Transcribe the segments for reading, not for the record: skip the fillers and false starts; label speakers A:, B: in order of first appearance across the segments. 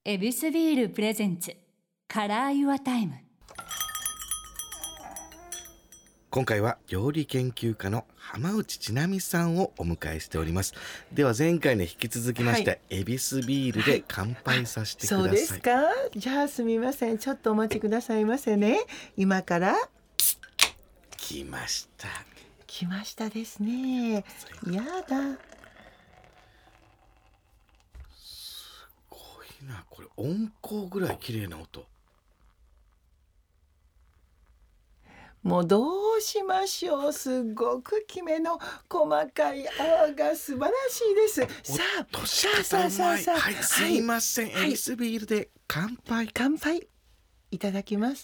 A: エビスビールプレゼンツカラーユアタイム。
B: 今回は料理研究家の浜内千奈美さんをお迎えしております。では前回に引き続きまして、エビスビールで乾杯させてください。
C: そうですか。じゃあすみません、ちょっとお待ちくださいませね。今から
B: 来ました。
C: 来ましたですね。やだ、
B: すごいな。これ音香ぐらい綺麗な音。
C: もうどうしましょう。すごくきめの細かい泡が素晴らしいです。さあ、
B: はい、すいません、エビスビールで乾杯。
C: 乾杯いただきます。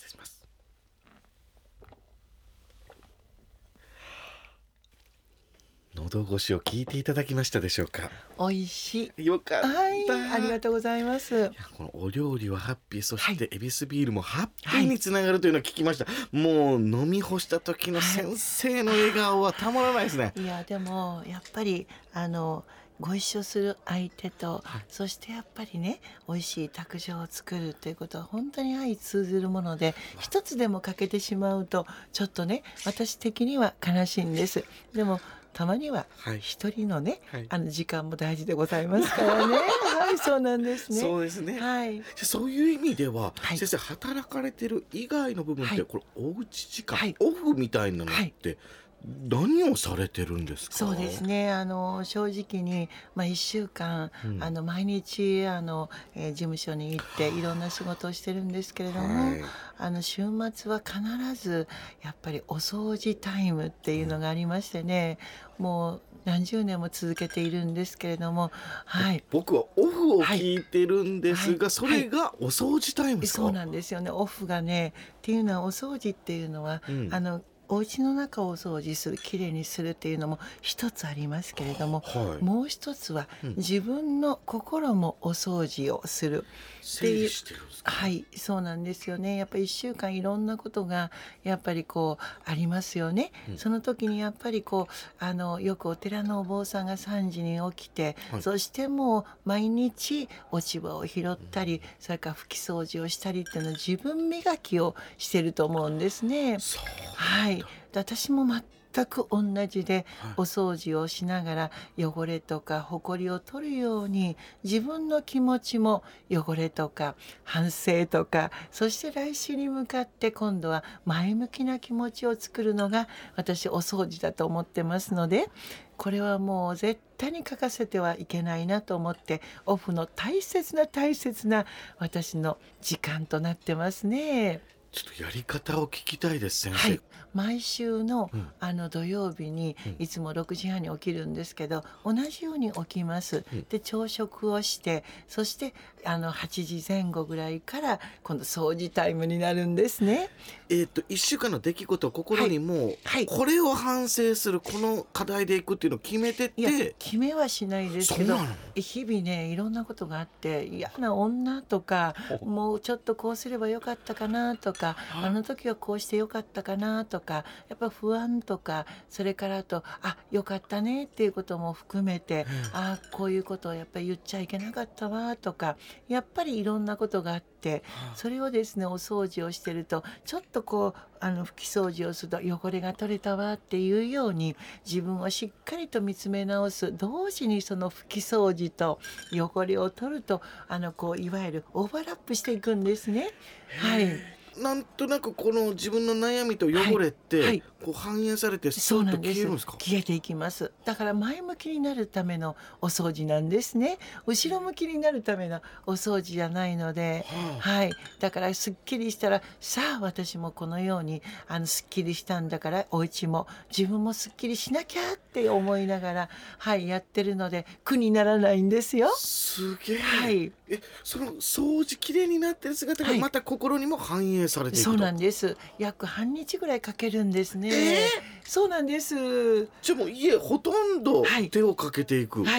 B: 喉越しを聞いていただきましたでしょうか。
C: 美味しい。
B: よかった、
C: はい、ありがとうございます。
B: このお料理はハッピー、そしてエビスビールもハッピーにつながるというのを聞きました、もう飲み干した時の先生の笑顔はたまらないですね。
C: いやでもやっぱりご一緒する相手と、そしてやっぱりね、美味しい卓上を作るということは本当に相通ずるもので、一つでも欠けてしまうとちょっとね、私的には悲しいんです。でもたまには一人のね、時間も大事でございますからね。はい、そうなんですね。
B: そうですね。はい。そういう意味では、先生働かれてる以外の部分って、これおうち時間、オフみたいなのって、何をされてるんですか？
C: そうですね、正直に、1週間、毎日事務所に行っていろんな仕事をしてるんですけれども、週末は必ずやっぱりお掃除タイムっていうのがありましてね、もう何十年も続けているんですけれども、
B: 僕はオフを聞いてるんですが、それがお掃除タイムですか？
C: そうなんですよね。オフがね、っていうのは、お掃除っていうのは、お家の中をお掃除する、きれいにするっていうのも一つありますけれども、もう一つは、自分の心もお掃除をするっていう。はい、そうなんですよね。やっぱり1週間いろんなことがやっぱりありますよね。その時にやっぱりよくお寺のお坊さんが3時に起きて、そしてもう毎日落ち葉を拾ったり、それから拭き掃除をしたりっていうのは自分磨きをしてると思うんですね。はい。私も全く同じで、お掃除をしながら汚れとか埃を取るように、自分の気持ちも汚れとか反省とか、そして来週に向かって今度は前向きな気持ちを作るのが私お掃除だと思ってますので、これはもう絶対に欠かせてはいけないなと思って、オフの大切な私の時間となってますね。
B: ちょっとやり方を聞きたいです、先生。
C: 毎週の、土曜日にいつも6時半に起きるんですけど、同じように起きます。で朝食をして、そして8時前後ぐらいから今度掃除タイムになるんですね。
B: 1週間の出来事を心にも、これを反省する、この課題でいくっていうのを決めてて。
C: いや、決めはしないですけど、日々ね、いろんなことがあって、嫌な女とか、もうちょっとこうすればよかったかなとか、あの時はこうしてよかったかなとか、やっぱ不安とか、それからあとよかったねっていうことも含めて、こういうことをやっぱり言っちゃいけなかったわとか、やっぱりいろんなことがあって、それをですね、お掃除をしてるとちょっと拭き掃除をすると汚れが取れたわっていうように、自分をしっかりと見つめ直す、同時にその拭き掃除と汚れを取るといわゆるオーバーラップしていくんですね。
B: なんとなくこの自分の悩みと汚れって、反映されてスッと消えるんですか？
C: 消えていきます。だから前向きになるためのお掃除なんですね。後ろ向きになるためのお掃除じゃないので、だからすっきりしたら、さあ私もこのようにすっきりしたんだから、お家も自分もすっきりしなきゃって思いながら、やってるので苦にならないんですよ。
B: すげえ。その掃除きれいになってる姿がまた心にも反映されていくと。
C: そうなんです。約半日ぐらいかけるんですね。そうなんです。
B: じゃあもう家ほとんど手をかけていく。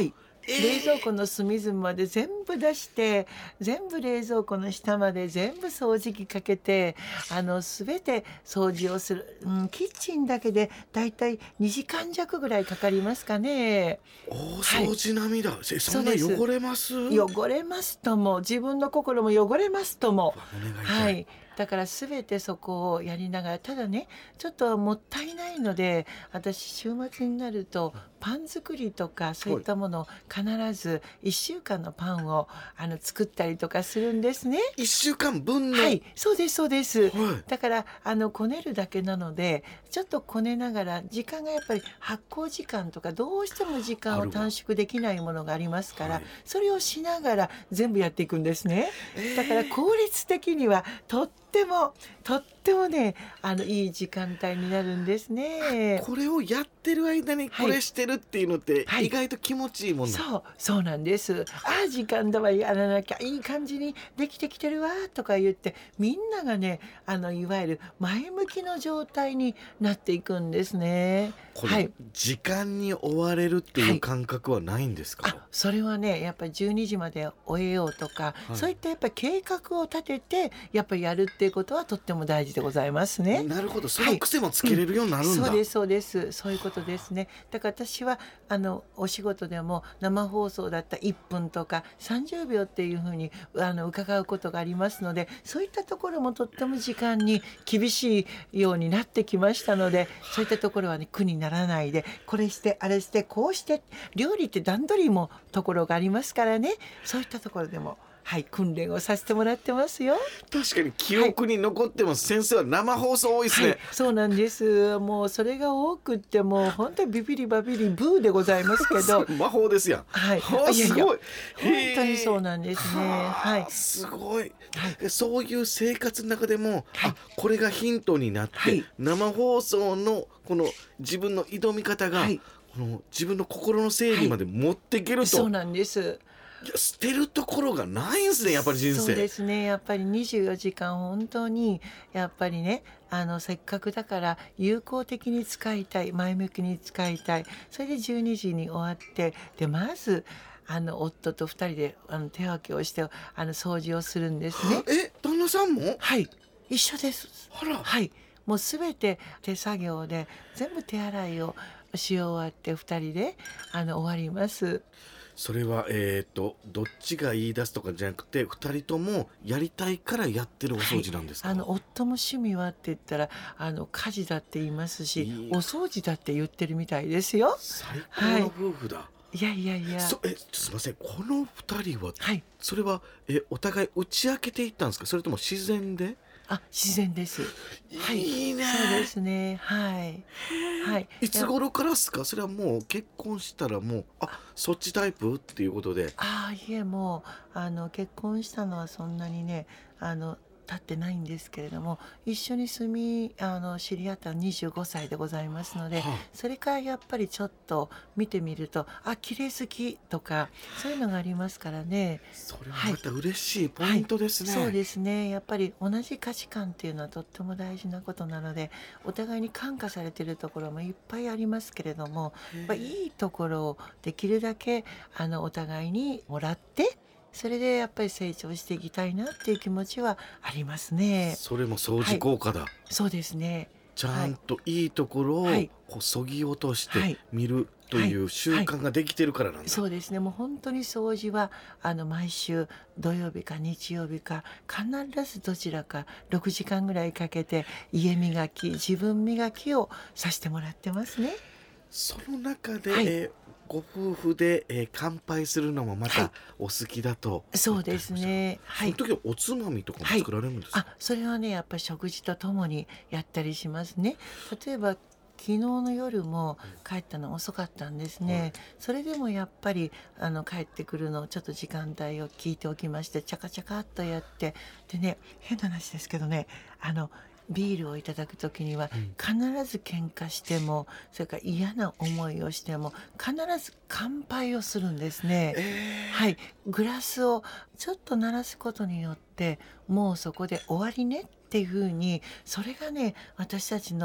C: 冷蔵庫の隅々まで全部出して、全部冷蔵庫の下まで全部掃除機かけて全て掃除をする、キッチンだけでだいたい2時間弱ぐらいかかりますかね。
B: 大掃除並みだ、そんな汚れます？
C: 汚れますとも、自分の心も汚れますとも。はい、だから全てそこをやりながら、ただねちょっともったいないので、私週末になるとパン作りとかそういったものを必ず1週間のパンを作ったりとかするんですね。
B: 1週間分の。
C: はい、そうですそうです、だからこねるだけなので、ちょっとこねながら時間がやっぱり発酵時間とかどうしても時間を短縮できないものがありますから、それをしながら全部やっていくんですね。だから効率的にはとってもねいい時間帯になるんですね。
B: これをやってる間にこれしてるっていうのって意外と気持ちいいもんだ、
C: そうなんです。時間だわ、やらなきゃ、いい感じにできてきてるわとか言って、みんながねいわゆる前向きの状態になっていくんですね。
B: これ、時間に追われるっていう感覚はないんですか？
C: それはねやっぱり12時まで終えようとか、そういったやっぱり計画を立ててやっぱりやるっていうことはとっても大事でございますね。
B: なるほど、その癖もつけれるようになるんだ、
C: そうですそうです、そういうことですね。だから私はお仕事でも生放送だった1分とか30秒っていうふうに伺うことがありますので、そういったところもとっても時間に厳しいようになってきましたので、そういったところはね苦にならないで、これしてあれしてこうして、料理って段取りもところがありますからね、そういったところでも訓練をさせてもらってますよ。
B: 確かに記憶に残ってます、先生は生放送多いですね、
C: そうなんです。もうそれが多くってもう本当にビビリバビリブーでございますけど
B: 魔法ですやん。すごい、
C: 本当にそうなんですね。
B: すごい、そういう生活の中でも、これがヒントになって、生放送のこの自分の挑み方が、この自分の心の整理まで持っていけると、
C: そうなんです。
B: 捨てるところがないんですね、やっぱり人生。
C: そうですね、やっぱり24時間本当にやっぱりねせっかくだから有効的に使いたい、前向きに使いたい。それで12時に終わって、でまず夫と2人で手分けをして掃除をするんですね。
B: 旦那さんも？
C: 一緒です。もうすべて手作業で全部手洗いをし終わって2人で終わります。
B: それはどっちが言い出すとかじゃなくて、2人ともやりたいからやってるお掃除なんですか？
C: 夫も趣味はって言ったら家事だって言いますし、お掃除だって言ってるみたいですよ。
B: 最高の夫婦だ。
C: いや
B: すいません、この2人は、それはお互い打ち明けていったんですか、それとも自然で？
C: 自然です。
B: いいね。
C: そうですね。
B: いつ頃からですか？それはもう結婚したらもうそっちタイプっていうことで。
C: いえ、もう結婚したのはそんなにね経ってないんですけれども、一緒に住み知り合った25歳でございますので、それからやっぱりちょっと見てみると綺麗好きとかそういうのがありますからね。
B: それはまた嬉しいポイントですね。
C: そうですね、やっぱり同じ価値観っていうのはとっても大事なことなので、お互いに感化されているところもいっぱいありますけれども、いいところをできるだけお互いにもらって、それでやっぱり成長していきたいなっていう気持ちはありますね。
B: それも掃除効果だ。
C: そうですね。
B: ちゃんといいところをそぎ落として見るという習慣ができてるからなんだ。
C: そうですね、もう本当に掃除は毎週土曜日か日曜日か必ずどちらか6時間ぐらいかけて家磨き、自分磨きをさせてもらってますね。
B: その中で、ご夫婦で、乾杯するのもまたお好きだと。
C: そうですね。
B: その時はおつまみとかも作られるんですか？
C: それはねやっぱり食事とともにやったりしますね。例えば昨日の夜も帰ったの遅かったんですね。それでもやっぱり帰ってくるのをちょっと時間帯を聞いておきまして、チャカチャカっとやって、でね、変な話ですけどね、ビールをいただく時には必ず喧嘩しても、それから嫌な思いをしても必ず乾杯をするんですね。グラスをちょっと鳴らすことによってもうそこで終わりねっていうふうに、それがね私たちの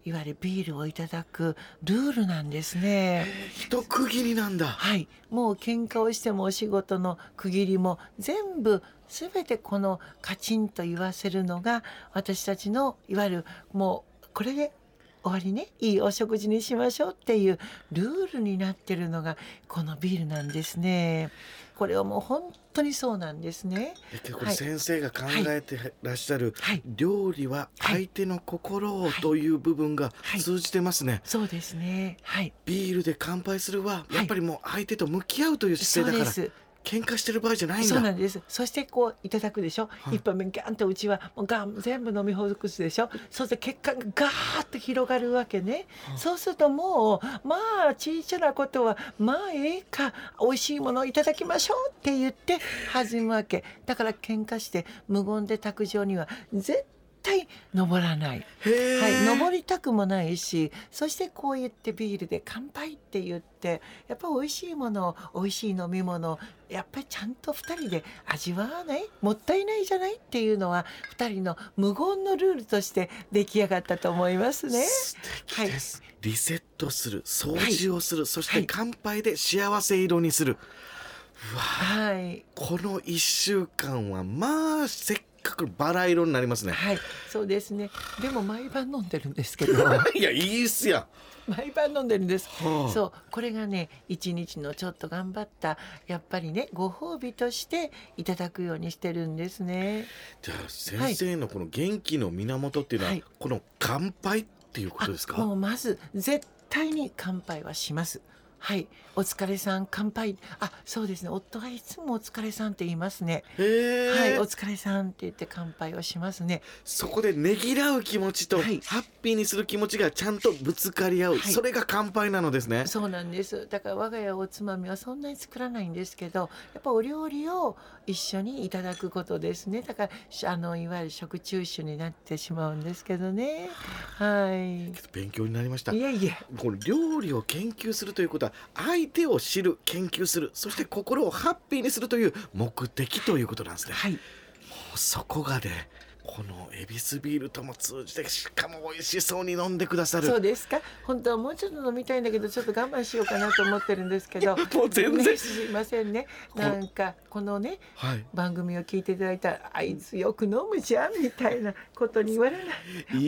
C: いわゆるビールをいただくルールなんですね。
B: 一区切りなんだ。
C: はい、もう喧嘩をしてもお仕事の区切りも全部全てこのカチンと言わせるのが私たちのいわゆるもうこれで終わりね、いいお食事にしましょうっていうルールになってるのがこのビールなんですね。これはもう本当にそうなんですね。
B: これ先生が考えてらっしゃる、料理は相手の心をという部分が通じてますね。
C: そうですね。
B: ビールで乾杯するはやっぱりもう相手と向き合うという姿勢だから、喧嘩してる場合じゃないんだ。
C: そうなんです。そしてこういただくでしょ、一杯目ギャンとうちはもうガン全部飲みほぐすでしょ。そして血管がガーッと広がるわけね、そうするともうまあ小さなことはまあええか、美味しいものをいただきましょうって言って弾むわけだから、喧嘩して無言で卓上には絶対登らない、登りたくもないし、そしてこう言ってビールで乾杯って言って、やっぱ美味しいもの、美味しい飲み物をやっぱりちゃんと2人で味わわない、もったいないじゃないっていうのは2人の無言のルールとして出来上がったと思いますね。
B: 素敵です、リセットする、掃除をする、そして乾杯で幸せ色にする、うわ、この1週間はまあせっかくバラ色になりますね。
C: そうですね。でも毎晩飲んでるんですけど
B: いや、いいっすや、
C: 毎晩飲んでるんです、そうこれがね、一日のちょっと頑張ったやっぱりねご褒美としていただくようにしてるんですね。
B: じゃあ先生のこの元気の源っていうのは、この乾杯っていうことですか？
C: もうまず絶対に乾杯はします。お疲れさん乾杯。そうですね、夫がいつもお疲れさんって言いますね。お疲れさんって言って乾杯をしますね。
B: そこでねぎらう気持ちと、ハッピーにする気持ちがちゃんとぶつかり合う、それが乾杯なのですね。
C: そうなんです。だから我が家おつまみはそんなに作らないんですけど、やっぱお料理を一緒にいただくことですね。だからいわゆる食中酒になってしまうんですけどね。
B: 勉強になりました。
C: いえいえ、
B: この料理を研究するということは相手を知る、研究する、そして心をハッピーにするという目的ということなんですね。もうそこがね、このエビスビールとも通じて、しかも美味しそうに飲んでくださる。
C: そうですか。本当はもうちょっと飲みたいんだけどちょっと我慢しようかなと思ってるんですけど
B: もう全然、
C: すいませんね。なんかこのね、番組を聞いていただいたら、あいつよく飲むじゃんみたいなことに言われない。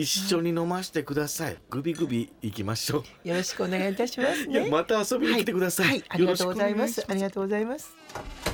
B: 一緒に飲ませてください。グビグビいきましょ
C: う。よろしくお願いいたしますね。
B: また遊びに来てください。
C: ありがとうございます。ありがとうございます。